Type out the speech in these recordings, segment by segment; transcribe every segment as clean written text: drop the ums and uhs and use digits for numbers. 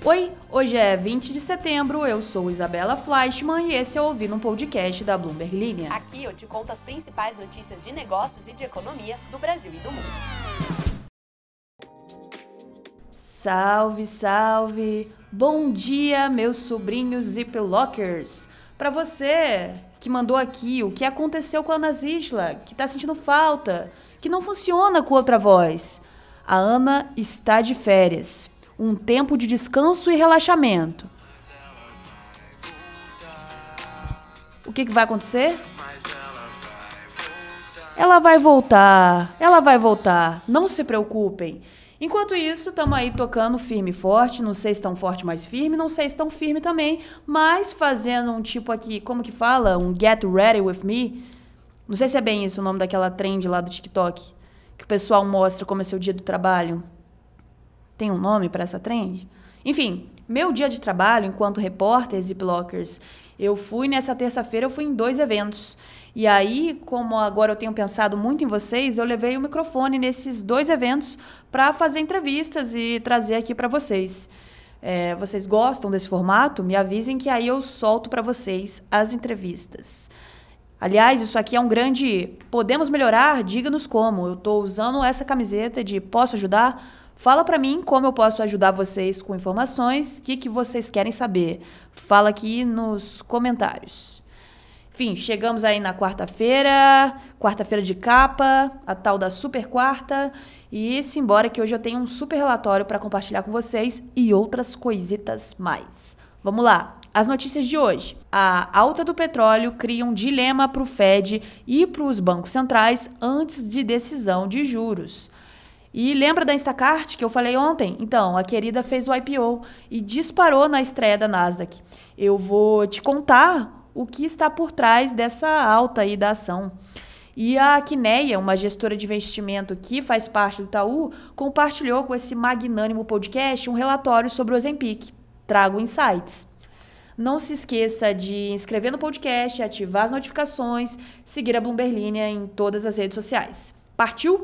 Oi, hoje é 20 de setembro, eu sou Isabela Fleischmann e esse é o Ouvindo um Podcast da Bloomberg Linha. Aqui eu te conto as principais notícias de negócios e de economia do Brasil e do mundo. Salve, salve! Bom dia, meus sobrinhos Ziplockers! Para você que mandou aqui o que aconteceu com a Ana Zisla, que tá sentindo falta, que não funciona com outra voz. A Ana está de férias. Um tempo de descanso e relaxamento. O que vai acontecer? Ela vai voltar. Não se preocupem. Enquanto isso, estamos aí tocando firme e forte. Não sei se tão forte, mas firme. Não sei se tão firme também. Mas fazendo um tipo aqui, como que fala? Um get ready with me. Não sei se é bem isso o nome daquela trend lá do TikTok. Que o pessoal mostra como é seu dia do trabalho. Tem um nome para essa trend? Enfim, meu dia de trabalho enquanto repórter Ziplockers, nessa terça-feira, eu fui em 2 eventos. E aí, como agora eu tenho pensado muito em vocês, eu levei o microfone nesses 2 eventos para fazer entrevistas e trazer aqui para vocês. Vocês gostam desse formato? Me avisem que aí eu solto para vocês as entrevistas. Aliás, isso aqui é um grande podemos melhorar? Diga-nos como. Eu estou usando essa camiseta de posso ajudar? Fala para mim como eu posso ajudar vocês com informações, o que vocês querem saber. Fala aqui nos comentários. Enfim, chegamos aí na quarta-feira de capa, a tal da super quarta. E simbora que hoje eu tenho um super relatório para compartilhar com vocês e outras coisitas mais. Vamos lá, as notícias de hoje. A alta do petróleo cria um dilema para o Fed e para os bancos centrais antes de decisão de juros. E lembra da Instacart que eu falei ontem? Então, a querida fez o IPO e disparou na estreia da Nasdaq. Eu vou te contar o que está por trás dessa alta aí da ação. E a Quineia, uma gestora de investimento que faz parte do Itaú, compartilhou com esse magnânimo podcast um relatório sobre o Ozempic. Trago insights. Não se esqueça de inscrever no podcast, ativar as notificações, seguir a Bloomberg Linha em todas as redes sociais. Partiu?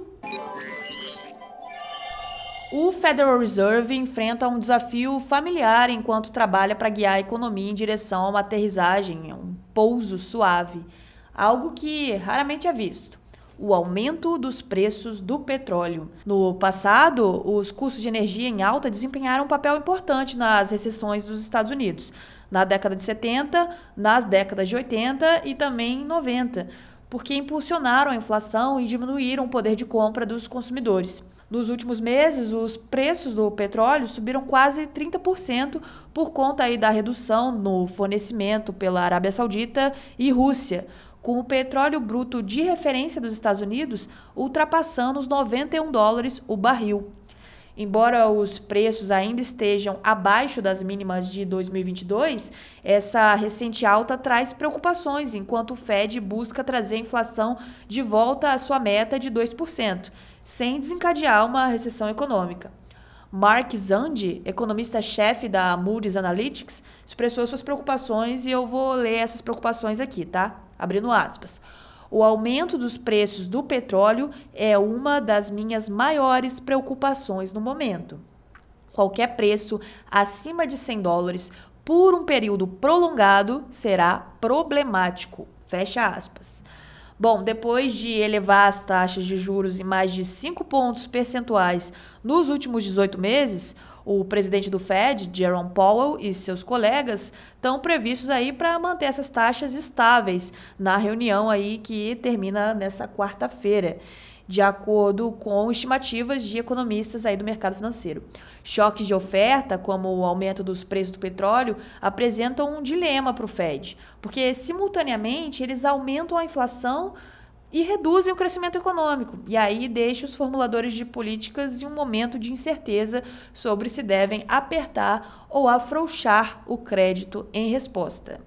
O Federal Reserve enfrenta um desafio familiar enquanto trabalha para guiar a economia em direção a uma aterrissagem, um pouso suave, algo que raramente é visto. O aumento dos preços do petróleo. No passado, os custos de energia em alta desempenharam um papel importante nas recessões dos Estados Unidos, na década de 70, nas décadas de 80 e também em 90, porque impulsionaram a inflação e diminuíram o poder de compra dos consumidores. Nos últimos meses, os preços do petróleo subiram quase 30% por conta aí da redução no fornecimento pela Arábia Saudita e Rússia, com o petróleo bruto de referência dos Estados Unidos ultrapassando os $91 o barril. Embora os preços ainda estejam abaixo das mínimas de 2022, essa recente alta traz preocupações enquanto o Fed busca trazer a inflação de volta à sua meta de 2%, sem desencadear uma recessão econômica. Mark Zandi, economista-chefe da Moody's Analytics, expressou suas preocupações e eu vou ler essas preocupações aqui, tá? Abrindo aspas. O aumento dos preços do petróleo é uma das minhas maiores preocupações no momento. Qualquer preço acima de $100 por um período prolongado será problemático. Fecha aspas. Bom, depois de elevar as taxas de juros em mais de 5 pontos percentuais nos últimos 18 meses, o presidente do Fed, Jerome Powell, e seus colegas estão previstos aí para manter essas taxas estáveis na reunião aí que termina nessa quarta-feira, de acordo com estimativas de economistas aí do mercado financeiro. Choques de oferta, como o aumento dos preços do petróleo, apresentam um dilema para o Fed, porque simultaneamente eles aumentam a inflação e reduzem o crescimento econômico. E aí deixa os formuladores de políticas em um momento de incerteza sobre se devem apertar ou afrouxar o crédito em resposta.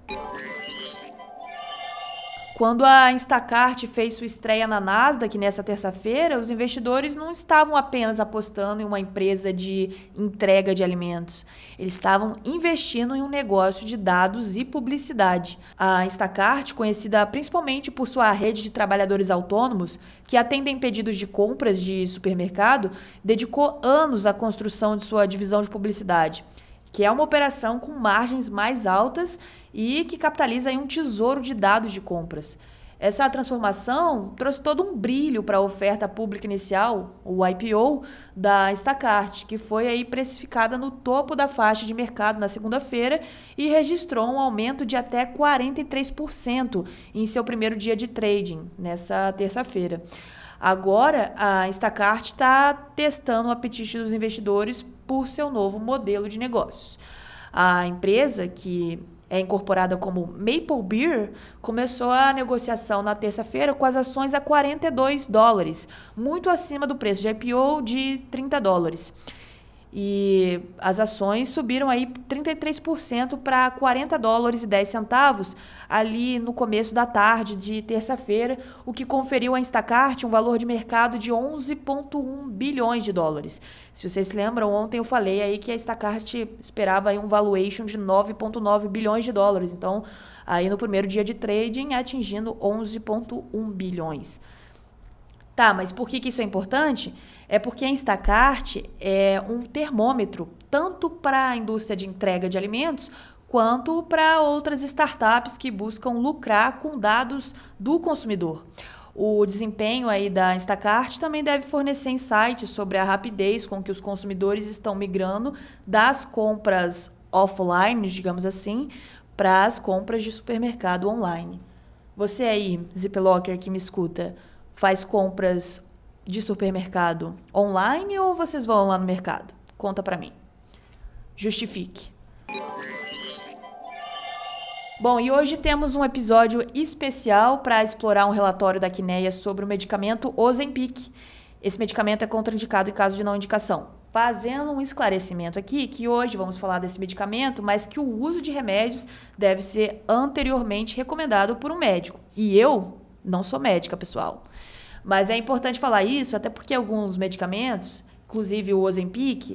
Quando a Instacart fez sua estreia na Nasdaq nessa terça-feira, os investidores não estavam apenas apostando em uma empresa de entrega de alimentos. Eles estavam investindo em um negócio de dados e publicidade. A Instacart, conhecida principalmente por sua rede de trabalhadores autônomos, que atendem pedidos de compras de supermercado, dedicou anos à construção de sua divisão de publicidade, que é uma operação com margens mais altas e que capitaliza aí um tesouro de dados de compras. Essa transformação trouxe todo um brilho para a oferta pública inicial, o IPO, da Instacart, que foi aí precificada no topo da faixa de mercado na segunda-feira e registrou um aumento de até 43% em seu primeiro dia de trading, nessa terça-feira. Agora, a Instacart está testando o apetite dos investidores por seu novo modelo de negócios. A empresa, que é incorporada como Maple Beer, começou a negociação na terça-feira com as ações a $42, muito acima do preço de IPO de $30. E as ações subiram aí 33% para $40,10 ali no começo da tarde de terça-feira, o que conferiu à Instacart um valor de mercado de $11,1 bilhões. Se vocês se lembram, ontem eu falei aí que a Instacart esperava aí um valuation de $9,9 bilhões. Então, aí no primeiro dia de trading, atingindo $11,1 bilhões. Tá, mas por que isso é importante? É porque a Instacart é um termômetro tanto para a indústria de entrega de alimentos quanto para outras startups que buscam lucrar com dados do consumidor. O desempenho aí da Instacart também deve fornecer insights sobre a rapidez com que os consumidores estão migrando das compras offline, digamos assim, para as compras de supermercado online. Você aí, Ziplocker, que me escuta, faz compras de supermercado online ou vocês vão lá no mercado? Conta pra mim. Justifique. Bom, e hoje temos um episódio especial para explorar um relatório da Quineia sobre o medicamento Ozempic. Esse medicamento é contraindicado em caso de não indicação. Fazendo um esclarecimento aqui, que hoje vamos falar desse medicamento, mas que o uso de remédios deve ser anteriormente recomendado por um médico. E eu não sou médica, pessoal. Mas é importante falar isso, até porque alguns medicamentos, inclusive o Ozempic,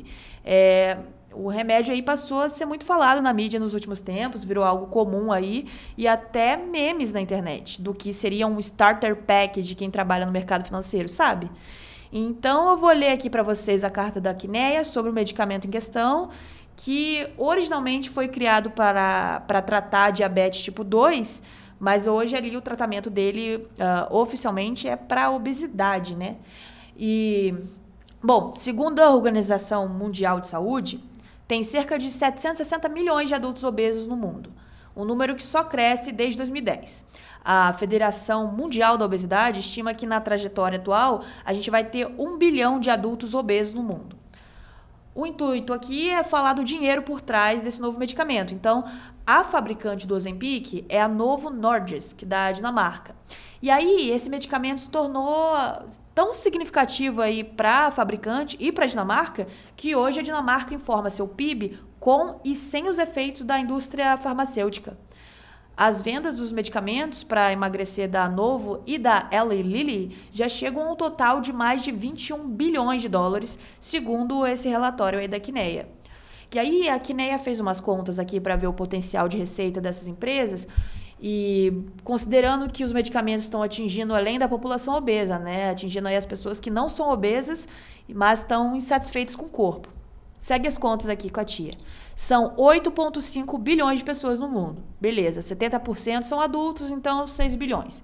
o remédio aí passou a ser muito falado na mídia nos últimos tempos, virou algo comum aí, e até memes na internet, do que seria um starter pack de quem trabalha no mercado financeiro, sabe? Então, eu vou ler aqui para vocês a carta da Quineia sobre o medicamento em questão, que originalmente foi criado para tratar diabetes tipo 2, mas hoje ali o tratamento dele oficialmente é para obesidade, né? E, bom, segundo a Organização Mundial de Saúde, tem cerca de 760 milhões de adultos obesos no mundo, um número que só cresce desde 2010. A Federação Mundial da Obesidade estima que na trajetória atual a gente vai ter 1 bilhão de adultos obesos no mundo. O intuito aqui é falar do dinheiro por trás desse novo medicamento. Então, a fabricante do Ozempic é a Novo Nordisk, da Dinamarca. E aí, esse medicamento se tornou tão significativo aí para a fabricante e para a Dinamarca, que hoje a Dinamarca informa seu PIB com e sem os efeitos da indústria farmacêutica. As vendas dos medicamentos para emagrecer da Novo e da Eli Lilly já chegam ao total de mais de $21 bilhões, segundo esse relatório aí da Quineia. E aí a Quineia fez umas contas aqui para ver o potencial de receita dessas empresas e considerando que os medicamentos estão atingindo além da população obesa, né? Atingindo aí as pessoas que não são obesas, mas estão insatisfeitas com o corpo. Segue as contas aqui com a tia. São 8,5 bilhões de pessoas no mundo. Beleza, 70% são adultos, então 6 bilhões.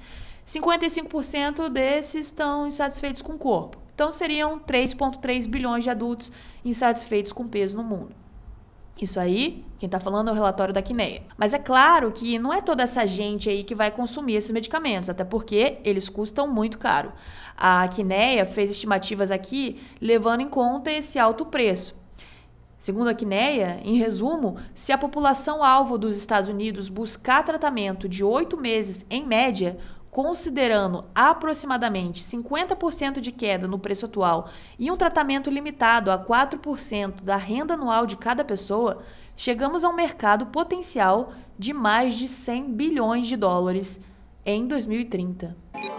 55% desses estão insatisfeitos com o corpo. Então seriam 3,3 bilhões de adultos insatisfeitos com o peso no mundo. Isso aí, quem está falando é o relatório da Quineia. Mas é claro que não é toda essa gente aí que vai consumir esses medicamentos, até porque eles custam muito caro. A Quineia fez estimativas aqui levando em conta esse alto preço. Segundo a Quineia, em resumo, se a população-alvo dos Estados Unidos buscar tratamento de 8 meses em média, considerando aproximadamente 50% de queda no preço atual e um tratamento limitado a 4% da renda anual de cada pessoa, chegamos a um mercado potencial de mais de $100 bilhões em 2030.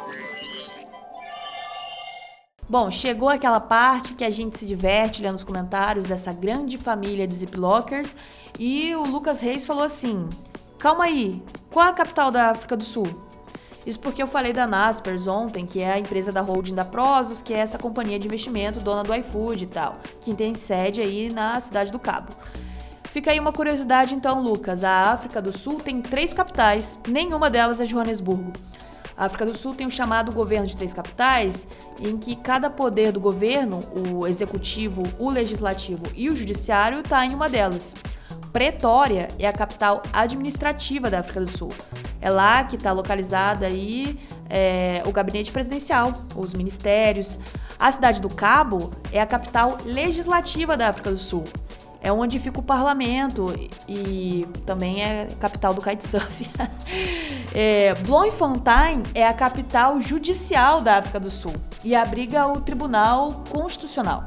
Bom, chegou aquela parte que a gente se diverte lendo os comentários dessa grande família de Ziplockers e o Lucas Reis falou assim: calma aí, qual é a capital da África do Sul? Isso porque eu falei da Naspers ontem, que é a empresa da holding da Prosus, que é essa companhia de investimento dona do iFood e tal, que tem sede aí na Cidade do Cabo. Fica aí uma curiosidade então, Lucas. A África do Sul tem 3 capitais, nenhuma delas é Joanesburgo. A África do Sul tem o chamado governo de 3 capitais, em que cada poder do governo, o executivo, o legislativo e o judiciário, está em uma delas. Pretória é a capital administrativa da África do Sul. É lá que está localizada aí, o gabinete presidencial, os ministérios. A cidade do Cabo é a capital legislativa da África do Sul. É onde fica o parlamento e também é capital do kitesurf. Bloemfontein é a capital judicial da África do Sul e abriga o Tribunal Constitucional.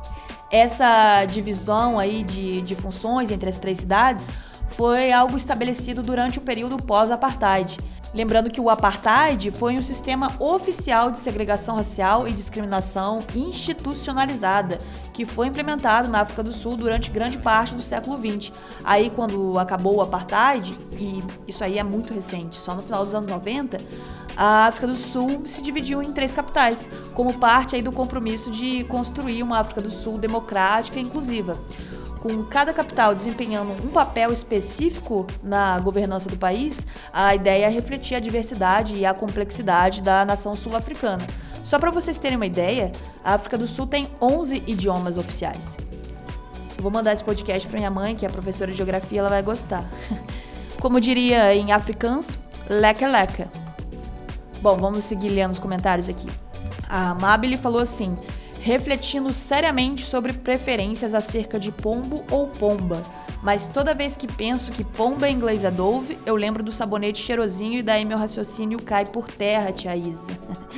Essa divisão aí de funções entre as 3 cidades foi algo estabelecido durante o período pós-apartheid. Lembrando que o apartheid foi um sistema oficial de segregação racial e discriminação institucionalizada que foi implementado na África do Sul durante grande parte do século XX. Aí, quando acabou o apartheid, e isso aí é muito recente, só no final dos anos 90, a África do Sul se dividiu em 3 capitais, como parte aí do compromisso de construir uma África do Sul democrática e inclusiva. Com cada capital desempenhando um papel específico na governança do país, a ideia é refletir a diversidade e a complexidade da nação sul-africana. Só para vocês terem uma ideia, a África do Sul tem 11 idiomas oficiais. Eu vou mandar esse podcast para minha mãe, que é professora de geografia, ela vai gostar. Como diria em afrikaans, lekker lekker. Bom, vamos seguir lendo os comentários aqui. A Amabile falou assim: refletindo seriamente sobre preferências acerca de pombo ou pomba, mas toda vez que penso que pomba em inglês é Dove, eu lembro do sabonete cheirosinho e daí meu raciocínio cai por terra, tia Isa.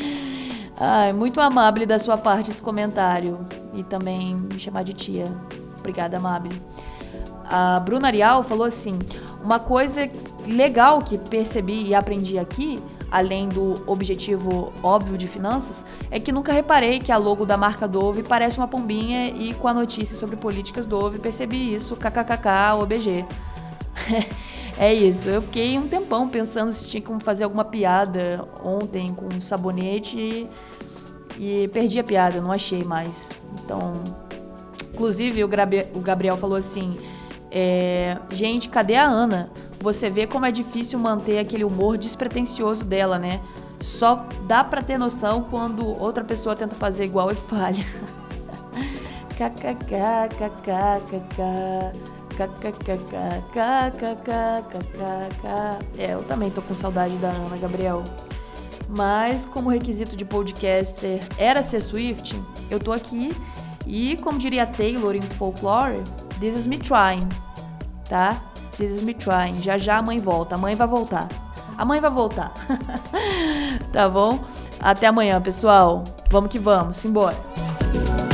Ai, muito amável da sua parte esse comentário e também me chamar de tia. Obrigada, amável. A Bruna Arial falou assim: uma coisa legal que percebi e aprendi aqui, além do objetivo óbvio de finanças, é que nunca reparei que a logo da marca Dove parece uma pombinha e com a notícia sobre políticas Dove percebi isso, kkkk, OBG. É isso, eu fiquei um tempão pensando se tinha como fazer alguma piada ontem com um sabonete e perdi a piada, não achei mais. Então, inclusive o Gabriel falou assim: gente, cadê a Ana? Você vê como é difícil manter aquele humor despretensioso dela, né? Só dá pra ter noção quando outra pessoa tenta fazer igual e falha. Eu também tô com saudade da Ana, Gabriel. Mas como requisito de podcaster era ser Swift, eu tô aqui e, como diria Taylor em Folklore, this is me trying, tá? This is me trying. Já a mãe volta. A mãe vai voltar. A mãe vai voltar. Tá bom? Até amanhã, pessoal. Vamos que vamos. Simbora.